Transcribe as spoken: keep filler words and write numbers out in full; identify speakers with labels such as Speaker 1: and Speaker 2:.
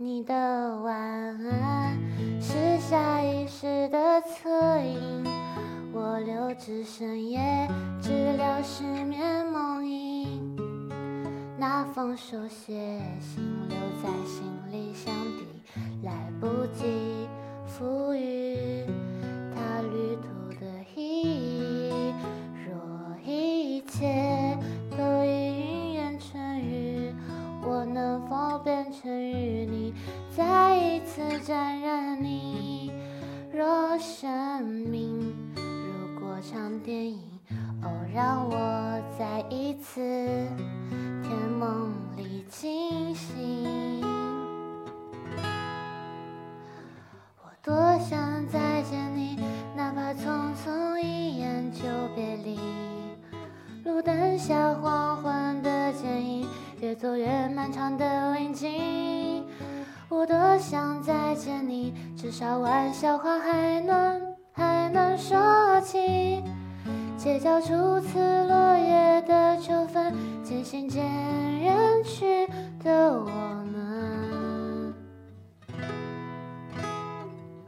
Speaker 1: 你的晚安是下意识的侧影，我留至深夜治疗失眠梦呓。那封手写信留在行李箱底，来不及赋予它旅途的意义。若一切都已云烟成雨，我能否变成与你再一次沾染你？若生命如果场电影，哦，让我再一次甜梦里惊醒。我多想再见你，哪怕匆匆一眼就别离。路灯下黄昏的剪影，越走越漫长的林径。我多想再见你，至少玩笑话还能还能说起。街角初次落叶的秋分，渐行渐远去的